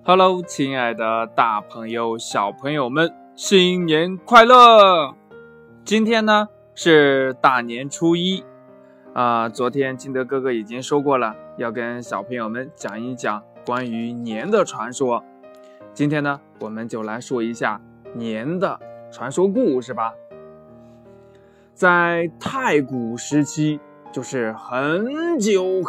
Hello， 亲爱的大朋友、小朋友们，新年快乐！今天呢是大年初一昨天金德哥哥已经说过了，要跟小朋友们讲一讲关于年的传说。今天呢，我们就来说一下年的传说故事吧。在太古时期，就是很久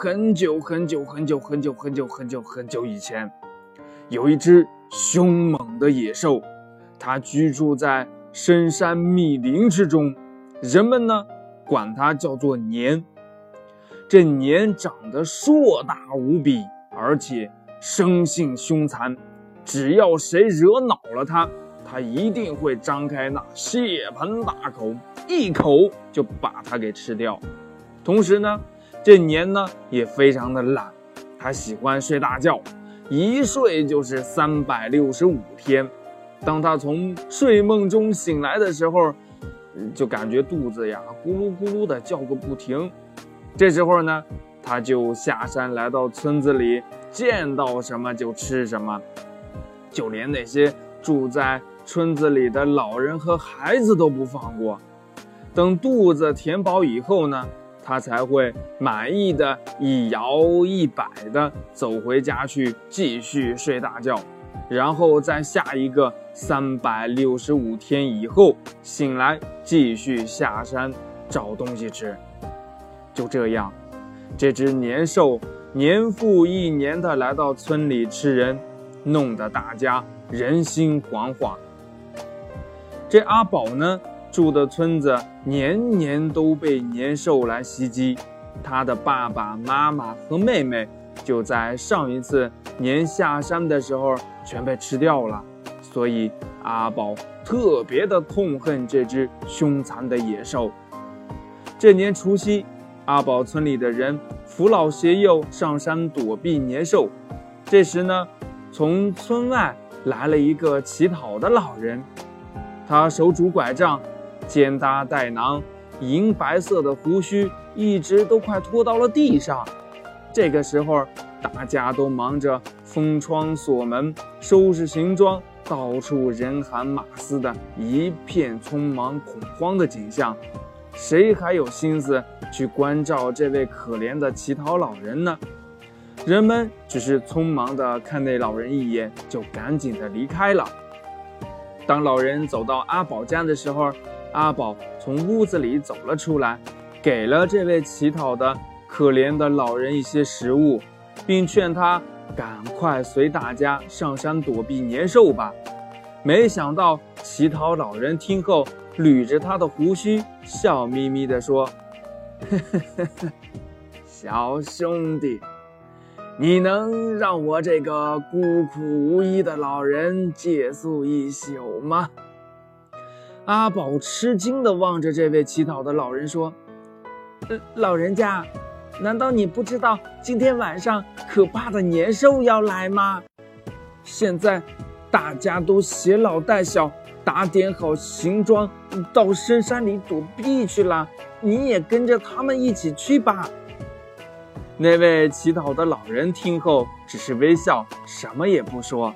以前，有一只凶猛的野兽，它居住在深山密林之中，人们呢管它叫做年。这年长得硕大无比，而且生性凶残，只要谁惹恼了它，它一定会张开那血盆大口，一口就把它给吃掉。同时呢，这年呢也非常的懒，它喜欢睡大觉，一睡就是365天。当他从睡梦中醒来的时候，就感觉肚子呀咕噜咕噜的叫个不停。这时候呢，他就下山来到村子里，见到什么就吃什么，就连那些住在村子里的老人和孩子都不放过。等肚子填饱以后呢，他才会满意的一摇一摆的走回家去，继续睡大觉，然后在下一个365天以后醒来，继续下山找东西吃。就这样，这只年兽年复一年的来到村里吃人，弄得大家人心惶惶。这阿宝呢，住的村子年年都被年兽来袭击，他的爸爸妈妈和妹妹就在上一次年下山的时候全被吃掉了，所以阿宝特别的痛恨这只凶残的野兽。这年除夕，阿宝村里的人扶老携幼上山躲避年兽。这时呢，从村外来了一个乞讨的老人，他手拄拐杖，肩搭带囊，银白色的胡须一直都快拖到了地上。这个时候，大家都忙着封窗锁门，收拾行装，到处人喊马嘶的，一片匆忙恐慌的景象。谁还有心思去关照这位可怜的乞讨老人呢？人们只是匆忙地看那老人一眼，就赶紧地离开了。当老人走到阿宝家的时候，阿宝从屋子里走了出来，给了这位乞讨的可怜的老人一些食物，并劝他赶快随大家上山躲避年兽吧。没想到乞讨老人听后，捋着他的胡须，笑眯眯地说：小兄弟，你能让我这个孤苦无依的老人借宿一宿吗？阿宝吃惊地望着这位乞讨的老人说：老人家，难道你不知道今天晚上可怕的年兽要来吗？现在大家都携老带小，打点好行装，到深山里躲避去了，你也跟着他们一起去吧。那位乞讨的老人听后只是微笑，什么也不说。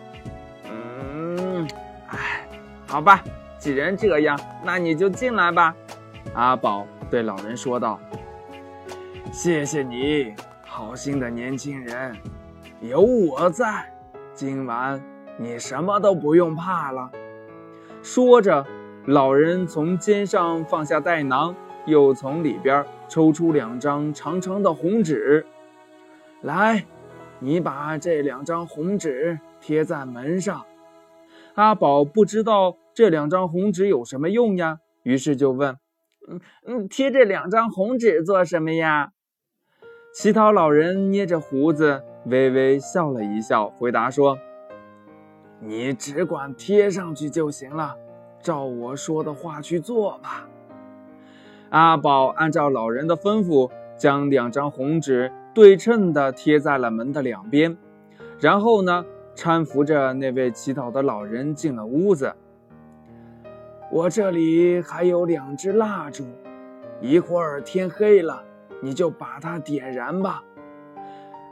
好吧，既然这样，那你就进来吧。阿宝对老人说道：谢谢你，好心的年轻人，有我在，今晚你什么都不用怕了。说着，老人从肩上放下带囊，又从里边抽出2张长长的红纸。来，你把这2张红纸贴在门上。阿宝不知道这2张红纸有什么用呀，于是就问：贴这2张红纸做什么呀？乞讨老人捏着胡子，微微笑了一笑，回答说：你只管贴上去就行了，照我说的话去做吧。阿宝按照老人的吩咐，将2张红纸对称地贴在了门的2边，然后呢，搀扶着那位乞讨的老人进了屋子。我这里还有2支蜡烛，一会儿天黑了，你就把它点燃吧。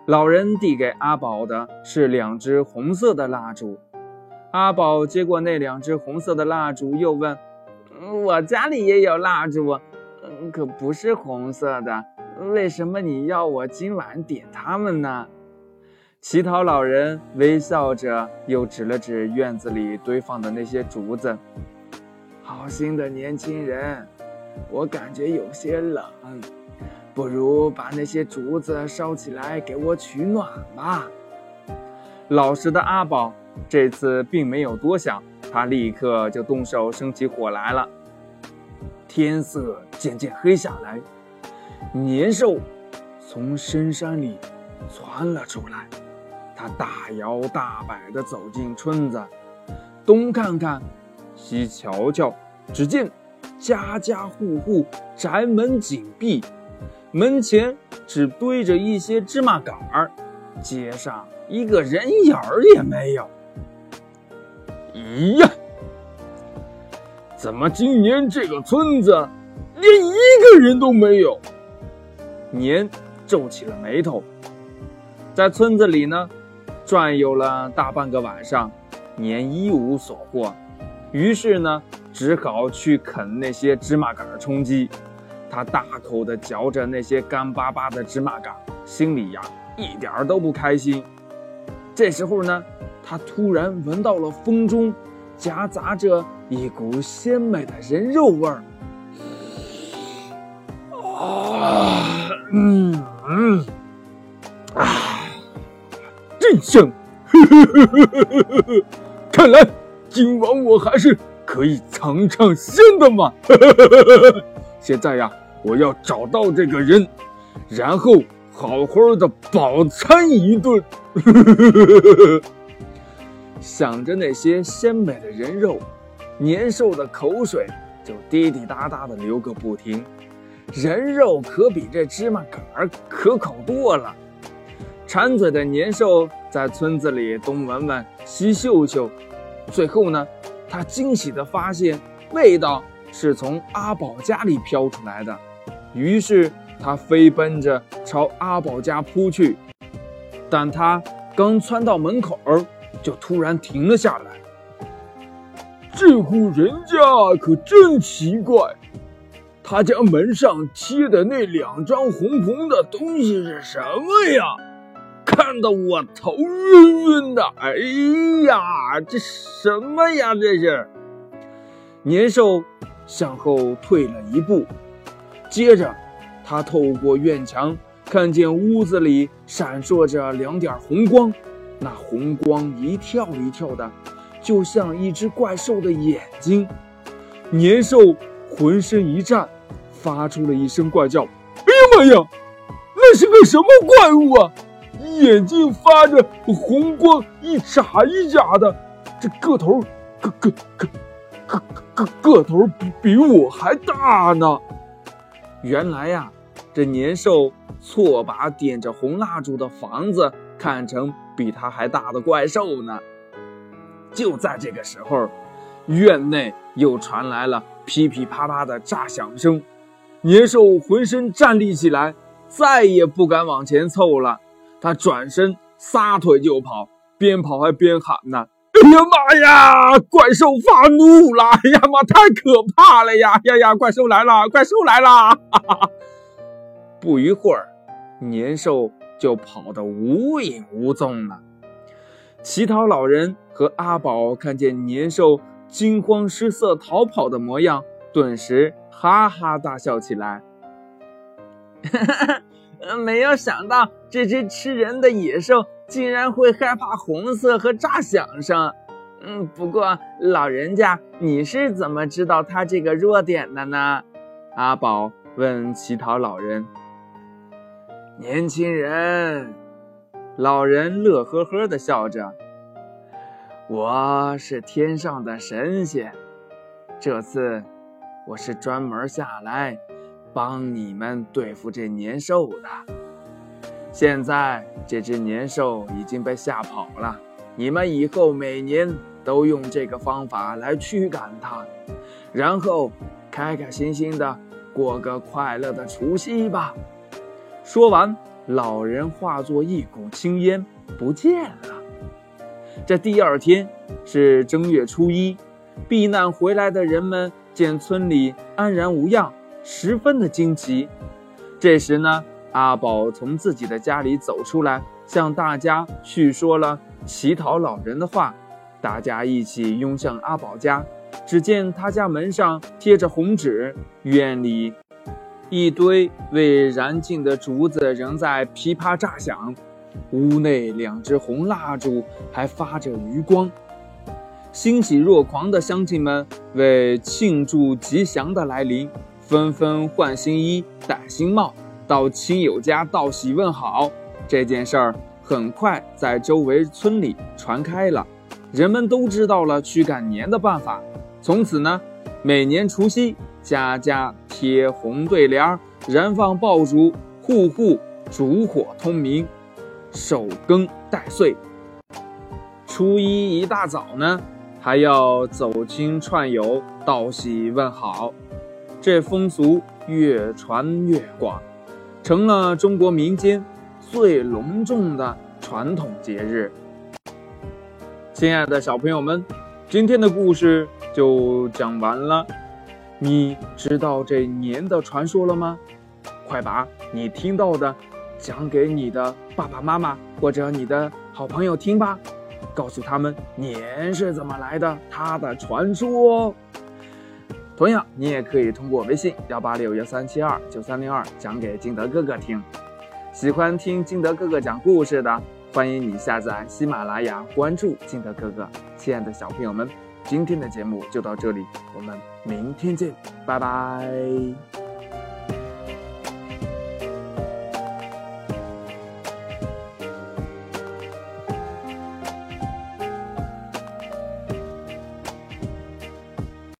老人递给阿宝的是2支红色的蜡烛。阿宝接过那2支红色的蜡烛，又问：我家里也有蜡烛，可不是红色的，为什么你要我今晚点它们呢？乞讨老人微笑着，又指了指院子里堆放的那些竹子。好心的年轻人，我感觉有些冷，不如把那些竹子烧起来给我取暖吧。老实的阿宝这次并没有多想，他立刻就动手生起火来了。天色渐渐黑下来，年兽从深山里窜了出来。他大摇大摆地走进村子，东看看，西瞧瞧，只见家家户户宅门紧闭，门前只堆着一些芝麻杆儿，街上一个人影儿也没有。咦呀，怎么今年这个村子连一个人都没有？年皱起了眉头。在村子里呢，转悠了大半个晚上，年一无所获，于是呢，只好去啃那些芝麻杆充饥。他大口地嚼着那些干巴巴的芝麻杆，心里呀一点都不开心。这时候呢，他突然闻到了风中夹杂着一股鲜美的人肉味儿。真香！看来今晚我还是可以尝尝鲜的嘛。现在呀，我要找到这个人，然后好好的饱餐一顿。想着那些鲜美的人肉，年兽的口水就滴滴答答的流个不停。人肉可比这芝麻杆可口多了。馋嘴的年兽在村子里东闻闻西嗅嗅，最后呢，他惊喜地发现味道是从阿宝家里飘出来的，于是他飞奔着朝阿宝家扑去。但他刚窜到门口，就突然停了下来。这户人家可真奇怪，他家门上贴的那2张红红的东西是什么呀？看得我头晕晕的。哎呀，这什么呀？这是。年兽向后退了一步，接着他透过院墙看见屋子里闪烁着2点红光，那红光一跳一跳的，就像一只怪兽的眼睛。年兽浑身一颤，发出了一声怪叫。哎呀妈呀，那是个什么怪物啊？眼睛发着红光，一眨一眨的，这个头个头比我还大呢。原来呀，这年兽错把点着红蜡烛的房子看成比他还大的怪兽呢。就在这个时候，院内又传来了噼噼啪啪的炸响声。年兽浑身站立起来，再也不敢往前凑了。他转身撒腿就跑，边跑还边喊呢：哎呀妈呀，怪兽发怒了！哎呀妈，太可怕了呀！呀，怪兽来了，怪兽来了！不一会儿，年兽就跑得无影无踪了。乞讨老人和阿宝看见年兽惊慌失色逃跑的模样，顿时哈哈大笑起来。没有想到这只吃人的野兽竟然会害怕红色和炸响声。不过老人家，你是怎么知道他这个弱点的呢？阿宝问乞讨老人。年轻人，老人乐呵呵地笑着，我是天上的神仙，这次我是专门下来帮你们对付这年兽的。现在这只年兽已经被吓跑了，你们以后每年都用这个方法来驱赶它，然后开开心心的过个快乐的除夕吧。说完， 老人化作一股青烟不见了。这第二天是正月初一，避难回来的人们见村里安然无恙，十分的惊奇。这时呢，阿宝从自己的家里走出来，向大家叙说了乞讨老人的话。大家一起拥向阿宝家，只见他家门上贴着红纸，院里一堆未燃尽的竹子仍在噼啪炸响，屋内2支红蜡烛还发着余光。欣喜若狂的乡亲们为庆祝吉祥的来临，纷纷换新衣戴新帽，到亲友家道喜问好。这件事儿很快在周围村里传开了，人们都知道了驱赶年的办法。从此呢，每年除夕家家贴红对联，燃放爆竹，户户烛火通明，守更待岁。初一一大早呢，还要走亲串友，道喜问好。这风俗越传越广，成了中国民间最隆重的传统节日。亲爱的小朋友们，今天的故事就讲完了。你知道这年的传说了吗？快把你听到的讲给你的爸爸妈妈或者你的好朋友听吧，告诉他们年是怎么来的，它的传说哦。同样，你也可以通过微信18613729302讲给金德哥哥听。喜欢听金德哥哥讲故事的，欢迎你下载喜马拉雅，关注金德哥哥。亲爱的小朋友们，今天的节目就到这里，我们明天见，拜拜。